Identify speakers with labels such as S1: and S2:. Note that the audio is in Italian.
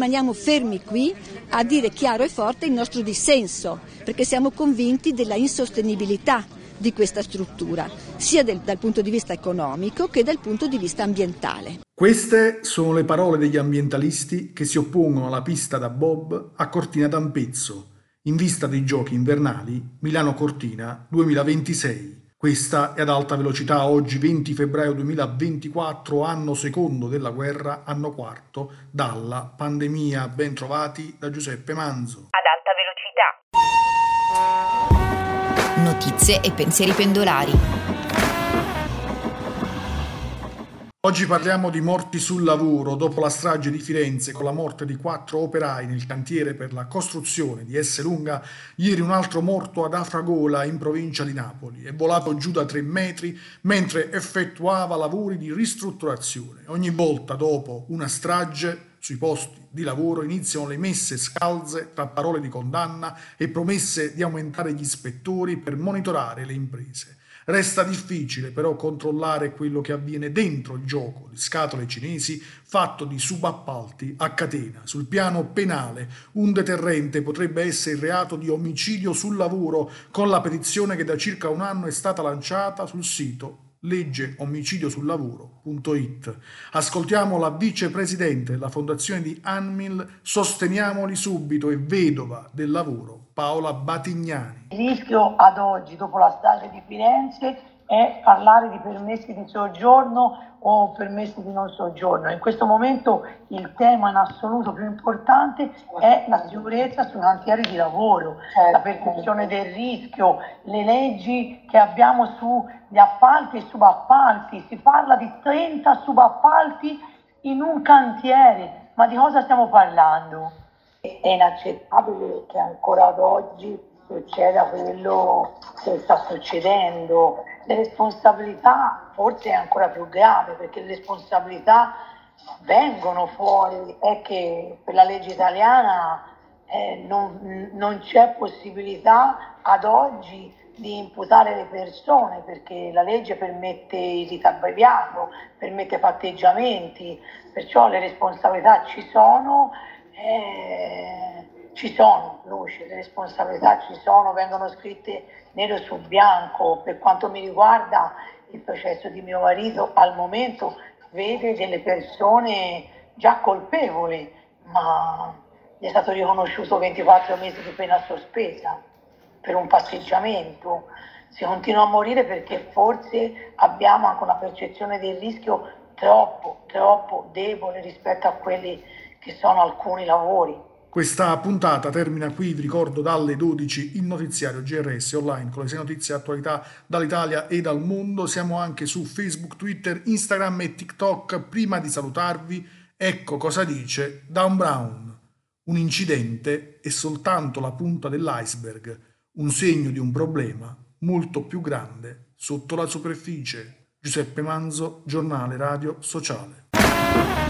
S1: rimaniamo fermi qui a dire chiaro e forte il nostro dissenso, perché siamo convinti della insostenibilità di questa struttura, sia dal punto di vista economico che dal punto di vista ambientale.
S2: Queste sono le parole degli ambientalisti che si oppongono alla pista da bob a Cortina d'Ampezzo, in vista dei giochi invernali Milano-Cortina 2026. Questa è ad alta velocità, oggi 20 febbraio 2024, anno secondo della guerra, anno quarto dalla pandemia. Ben trovati da Giuseppe Manzo.
S3: Ad alta velocità.
S4: Notizie e pensieri pendolari.
S2: Oggi parliamo di morti sul lavoro. Dopo la strage di Firenze con la morte di 4 operai nel cantiere per la costruzione di Esselunga, ieri un altro morto ad Afragola in provincia di Napoli. È volato giù da 3 metri mentre effettuava lavori di ristrutturazione. Ogni volta dopo una strage sui posti di lavoro iniziano le messe scalze tra parole di condanna e promesse di aumentare gli ispettori per monitorare le imprese. Resta difficile però controllare quello che avviene dentro il gioco di scatole cinesi fatto di subappalti a catena. Sul piano penale un deterrente potrebbe essere il reato di omicidio sul lavoro, con la petizione che da circa un anno è stata lanciata sul sito leggeomicidiossullavoro.it. Ascoltiamo la vicepresidente della fondazione di Anmil Sosteniamoli Subito e vedova del lavoro, Paola Batignani.
S5: Il rischio ad oggi, dopo la strage di Firenze, è parlare di permessi di soggiorno o permessi di non soggiorno. In questo momento il tema in assoluto più importante è la sicurezza sui cantieri di lavoro, la percezione del rischio, le leggi che abbiamo sugli appalti e subappalti. Si parla di 30 subappalti in un cantiere, ma di cosa stiamo parlando? È inaccettabile che ancora ad oggi succeda quello che sta succedendo. Le responsabilità forse è ancora più grave, perché le responsabilità vengono fuori, è che per la legge italiana non c'è possibilità ad oggi di imputare le persone, perché la legge permette il rito abbreviato, permette patteggiamenti, perciò le responsabilità ci sono, Luce, le responsabilità ci sono, vengono scritte nero su bianco. Per quanto mi riguarda, il processo di mio marito al momento vede delle persone già colpevoli, ma gli è stato riconosciuto 24 mesi di pena sospesa per un patteggiamento. Si continua a morire perché forse abbiamo anche una percezione del rischio troppo debole rispetto a quelli che sono alcuni lavori.
S2: Questa puntata termina qui, vi ricordo dalle 12 il notiziario GRS online con le 6 notizie e attualità dall'Italia e dal mondo. Siamo anche su Facebook, Twitter, Instagram e TikTok. Prima di salutarvi, ecco cosa dice Dan Brown. Un incidente è soltanto la punta dell'iceberg, un segno di un problema molto più grande sotto la superficie. Giuseppe Manzo, Giornale Radio Sociale.